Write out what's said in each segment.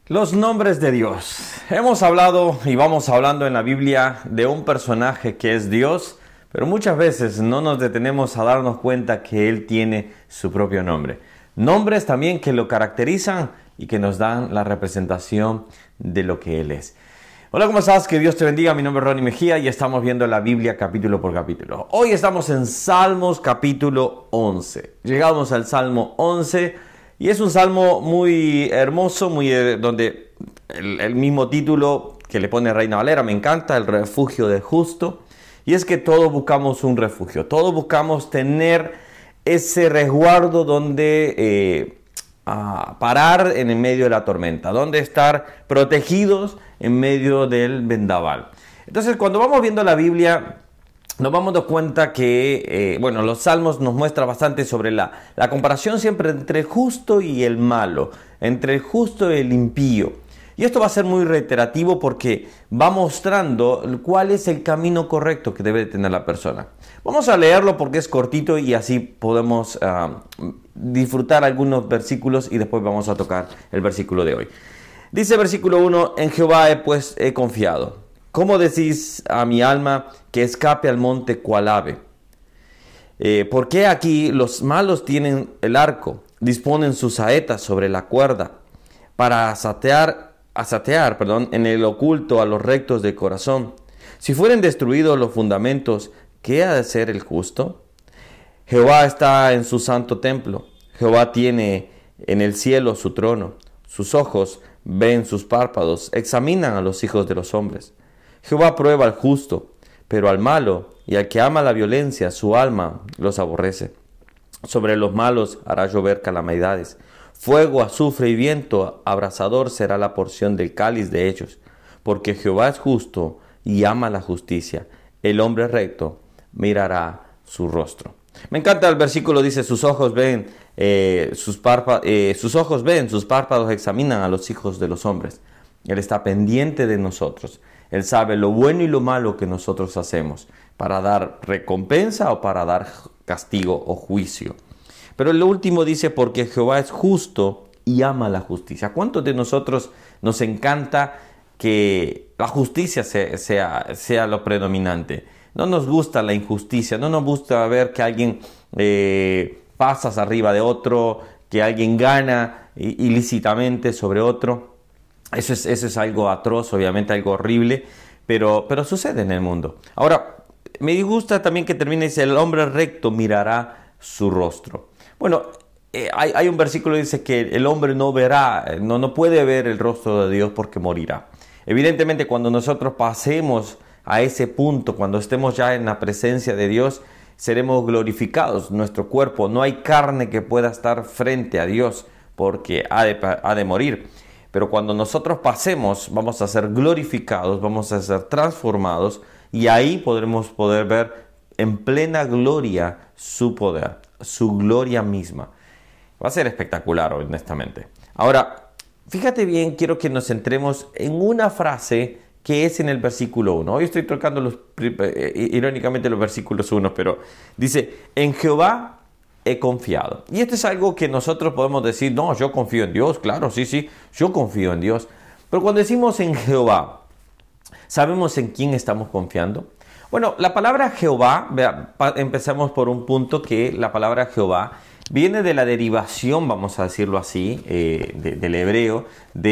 Los nombres de Dios. Hemos hablado y vamos hablando en la Biblia de un personaje que es Dios, pero muchas veces no nos detenemos a darnos cuenta que Él tiene su propio nombre. Nombres también que lo caracterizan y que nos dan la representación de lo que Él es. Hola, ¿cómo estás? Que Dios te bendiga. Mi nombre es Ronnie Mejía y estamos viendo la Biblia capítulo por capítulo. Hoy estamos en Salmos capítulo 11. Llegamos al Salmo 11 y es un salmo muy hermoso, donde el mismo título que le pone Reina Valera me encanta, el refugio del justo. Y es que todos buscamos un refugio, todos buscamos tener ese resguardo donde parar en el medio de la tormenta, donde estar protegidos en medio del vendaval. Entonces, cuando vamos viendo la Biblia, nos vamos dando cuenta que, los salmos nos muestran bastante sobre la comparación siempre entre el justo y el malo, entre el justo y el impío. Y esto va a ser muy reiterativo porque va mostrando cuál es el camino correcto que debe tener la persona. Vamos a leerlo porque es cortito y así podemos disfrutar algunos versículos y después vamos a tocar el versículo de hoy. Dice versículo 1, en Jehová he confiado. ¿Cómo decís a mi alma que escape al monte cual ave? ¿Por qué aquí los malos tienen el arco, disponen sus saetas sobre la cuerda para asatear en el oculto a los rectos de corazón? Si fueren destruidos los fundamentos, ¿qué ha de ser el justo? Jehová está en su santo templo. Jehová tiene en el cielo su trono. Sus ojos ven sus párpados, examinan a los hijos de los hombres. Jehová prueba al justo, pero al malo y al que ama la violencia, su alma los aborrece. Sobre los malos hará llover calamidades. Fuego, azufre y viento abrasador será la porción del cáliz de ellos. Porque Jehová es justo y ama la justicia. El hombre recto mirará su rostro. Me encanta el versículo, dice, sus ojos ven, sus párpados examinan a los hijos de los hombres. Él está pendiente de nosotros. Él sabe lo bueno y lo malo que nosotros hacemos para dar recompensa o para dar castigo o juicio. Pero lo último dice, porque Jehová es justo y ama la justicia. ¿Cuántos de nosotros nos encanta que la justicia sea lo predominante? No nos gusta la injusticia, no nos gusta ver que alguien pasa arriba de otro, que alguien gana ilícitamente sobre otro. Eso es algo atroz, obviamente algo horrible, pero sucede en el mundo. Ahora, me disgusta también que termine y dice, el hombre recto mirará su rostro. Bueno, hay un versículo que dice que el hombre no puede ver el rostro de Dios porque morirá. Evidentemente, cuando nosotros pasemos a ese punto, cuando estemos ya en la presencia de Dios, seremos glorificados. Nuestro cuerpo, no hay carne que pueda estar frente a Dios porque ha de morir. Pero cuando nosotros pasemos, vamos a ser glorificados, vamos a ser transformados y ahí podremos ver en plena gloria su poder, su gloria misma. Va a ser espectacular, honestamente. Ahora, fíjate bien, quiero que nos centremos en una frase que es en el versículo 1. Hoy estoy tocando irónicamente los versículos 1, pero dice, en Jehová he confiado. Y esto es algo que nosotros podemos decir, no, yo confío en Dios, claro, sí, yo confío en Dios. Pero cuando decimos en Jehová, ¿sabemos en quién estamos confiando? Bueno, la palabra Jehová, empecemos por un punto que la palabra Jehová viene de la derivación, vamos a decirlo así, del hebreo,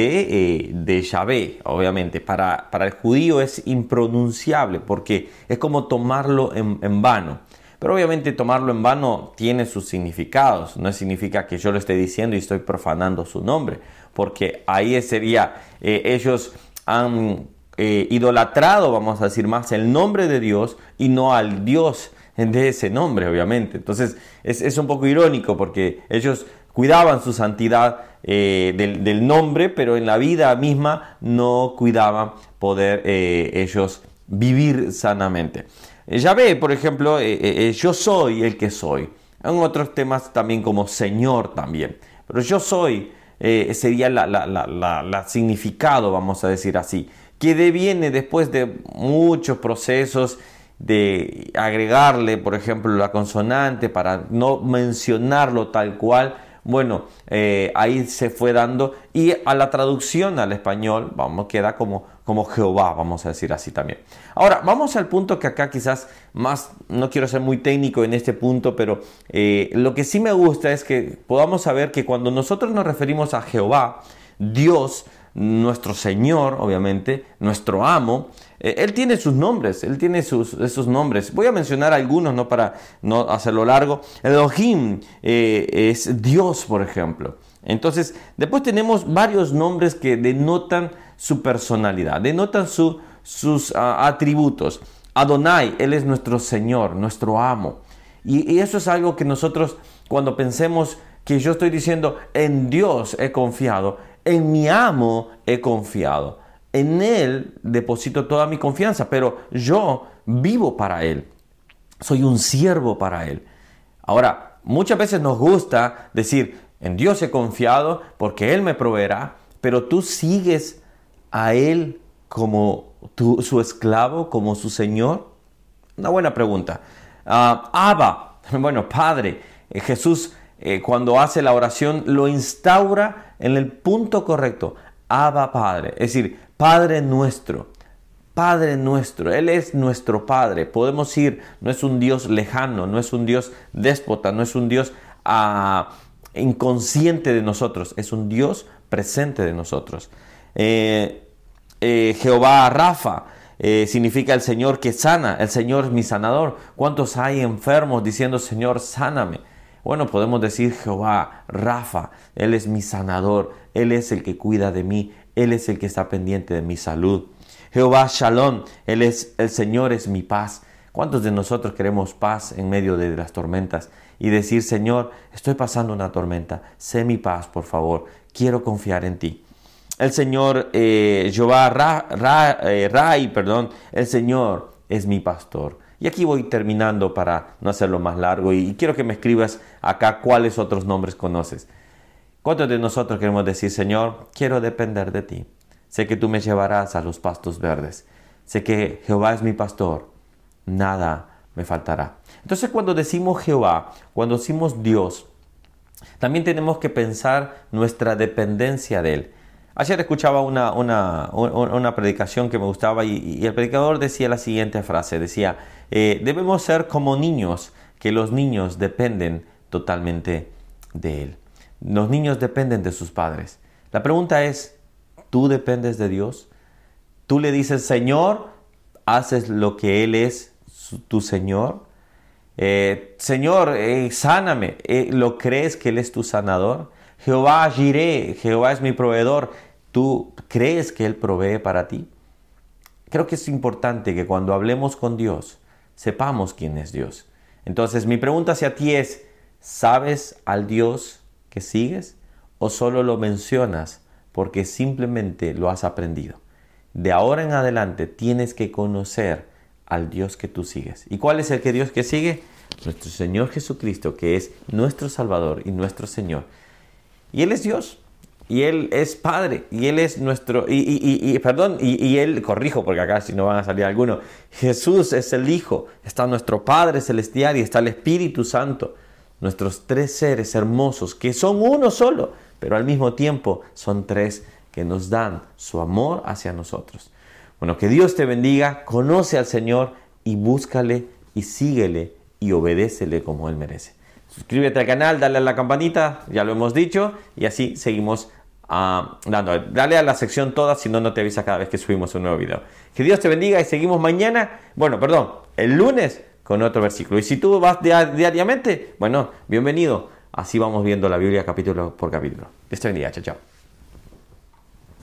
de Yahvé, obviamente. Para el judío es impronunciable porque es como tomarlo en vano. Pero obviamente tomarlo en vano tiene sus significados. No significa que yo lo esté diciendo y estoy profanando su nombre. Porque ahí sería, ellos han idolatrado, vamos a decir más, el nombre de Dios y no al Dios de ese nombre, obviamente. Entonces es un poco irónico porque ellos cuidaban su santidad del nombre, pero en la vida misma no cuidaban poder ellos vivir sanamente. Yahvé, por ejemplo, yo soy el que soy. En otros temas también como Señor también. Pero yo soy sería la significado, vamos a decir así. Que deviene después de muchos procesos de agregarle, por ejemplo, la consonante para no mencionarlo tal cual. Bueno, ahí se fue dando, y a la traducción al español, queda como Jehová, vamos a decir así también. Ahora, vamos al punto que acá quizás más, no quiero ser muy técnico en este punto, pero lo que sí me gusta es que podamos saber que cuando nosotros nos referimos a Jehová, Dios, nuestro Señor, obviamente, nuestro amo, Él tiene sus nombres, Él tiene esos nombres. Voy a mencionar algunos, no para no hacerlo largo. Elohim es Dios, por ejemplo. Entonces, después tenemos varios nombres que denotan su personalidad, denotan sus atributos. Adonai, Él es nuestro Señor, nuestro amo. Y eso es algo que nosotros, cuando pensemos que yo estoy diciendo, en Dios he confiado, en mi amo he confiado, en Él deposito toda mi confianza, pero yo vivo para Él, soy un siervo para Él. Ahora, muchas veces nos gusta decir, en Dios he confiado porque Él me proveerá, pero tú sigues a Él como su esclavo, como su Señor. Una buena pregunta. Abba, bueno, Padre. Jesús, cuando hace la oración, lo instaura en el punto correcto. Abba, Padre. Es decir, Padre nuestro. Padre nuestro. Él es nuestro Padre. Podemos ir, no es un Dios lejano, no es un Dios déspota, no es un Dios inconsciente de nosotros. Es un Dios presente de nosotros. Jehová Rafa. Significa el Señor que sana, el Señor es mi sanador. ¿Cuántos hay enfermos diciendo, Señor, sáname? Bueno, podemos decir Jehová Rafa, Él es mi sanador, Él es el que cuida de mí, Él es el que está pendiente de mi salud. Jehová Shalom, el Señor es mi paz. ¿Cuántos de nosotros queremos paz en medio de las tormentas? Y decir, Señor, estoy pasando una tormenta, sé mi paz, por favor, quiero confiar en ti. El Señor, Jehová Rai, el Señor es mi pastor. Y aquí voy terminando para no hacerlo más largo y quiero que me escribas acá cuáles otros nombres conoces. ¿Cuántos de nosotros queremos decir, Señor, quiero depender de ti? Sé que tú me llevarás a los pastos verdes. Sé que Jehová es mi pastor, nada me faltará. Entonces cuando decimos Jehová, cuando decimos Dios, también tenemos que pensar nuestra dependencia de Él. Ayer escuchaba una predicación que me gustaba y el predicador decía la siguiente frase, decía, debemos ser como niños, que los niños dependen totalmente de Él. Los niños dependen de sus padres. La pregunta es, ¿tú dependes de Dios? ¿Tú le dices, Señor, haces lo que Él es tu Señor? Señor, sáname, ¿lo crees que Él es tu sanador? Jehová Jireh, Jehová es mi proveedor. ¿Tú crees que Él provee para ti? Creo que es importante que cuando hablemos con Dios, sepamos quién es Dios. Entonces, mi pregunta hacia ti es, ¿sabes al Dios que sigues? ¿O solo lo mencionas porque simplemente lo has aprendido? De ahora en adelante tienes que conocer al Dios que tú sigues. ¿Y cuál es el Dios que sigue? Nuestro Señor Jesucristo, que es nuestro Salvador y nuestro Señor. Y Él es Dios. Y Él es Padre, y Él es nuestro, y Él, corrijo porque acá si no van a salir algunos, Jesús es el Hijo, está nuestro Padre Celestial y está el Espíritu Santo, nuestros tres seres hermosos que son uno solo, pero al mismo tiempo son tres que nos dan su amor hacia nosotros. Bueno, que Dios te bendiga, conoce al Señor y búscale y síguele y obedécele como Él merece. Suscríbete al canal, dale a la campanita, ya lo hemos dicho, y así seguimos dale a la sección todas, si no, no te avisa cada vez que subimos un nuevo video. Que Dios te bendiga y seguimos el lunes con otro versículo. Y si tú vas diariamente, bueno, bienvenido. Así vamos viendo la Biblia capítulo por capítulo. Dios te bendiga, chao, chao.